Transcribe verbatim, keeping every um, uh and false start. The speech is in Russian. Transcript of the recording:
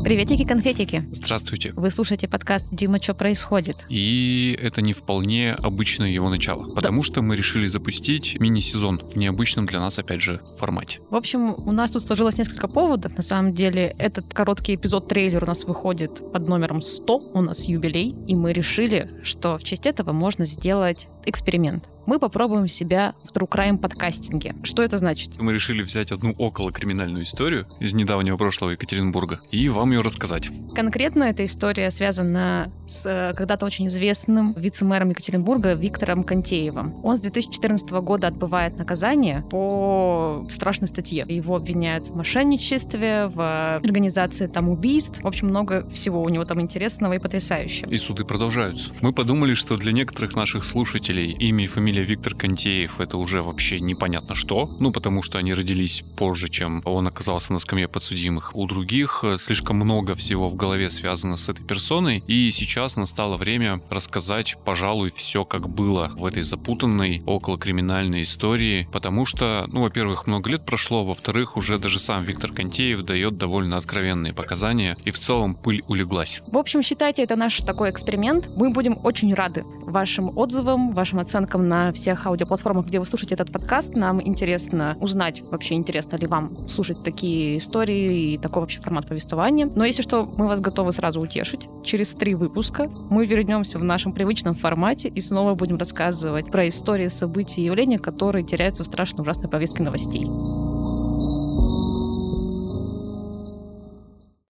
Приветики-конфетики. Здравствуйте. Вы слушаете подкаст «Дима, что происходит?». И это не вполне обычное его начало, потому да. что мы решили запустить мини-сезон в необычном для нас, опять же, формате. В общем, у нас тут сложилось несколько поводов. На самом деле, этот короткий эпизод-трейлер у нас выходит под номером сто, у нас юбилей, и мы решили, что в честь этого можно сделать эксперимент. Мы попробуем себя в True Crime подкастинге. Что это значит? Мы решили взять одну околокриминальную историю из недавнего прошлого Екатеринбурга и вам ее рассказать. Конкретно эта история связана с когда-то очень известным вице-мэром Екатеринбурга Виктором Контеевым. Он с две тысячи четырнадцатого года отбывает наказание по страшной статье. Его обвиняют в мошенничестве, в организации там убийств. В общем, много всего у него там интересного и потрясающего. И суды продолжаются. Мы подумали, что для некоторых наших слушателей имя и фамилия Виктор Контеев — это уже вообще непонятно что, ну потому что они родились позже, чем он оказался на скамье подсудимых. У других слишком много всего в голове связано с этой персоной, и сейчас настало время рассказать, пожалуй, все как было в этой запутанной околокриминальной истории, потому что, ну, во-первых, много лет прошло, во-вторых, уже даже сам Виктор Контеев дает довольно откровенные показания, и в целом пыль улеглась. В общем, считайте, это наш такой эксперимент. Мы будем очень рады вашим отзывам, вашим оценкам на всех аудиоплатформах, где вы слушаете этот подкаст. Нам интересно узнать, вообще интересно ли вам слушать такие истории и такой вообще формат повествования. Но если что, мы вас готовы сразу утешить. Через три выпуска мы вернемся в нашем привычном формате и снова будем рассказывать про истории, события и явления, которые теряются в страшной ужасной повестке новостей.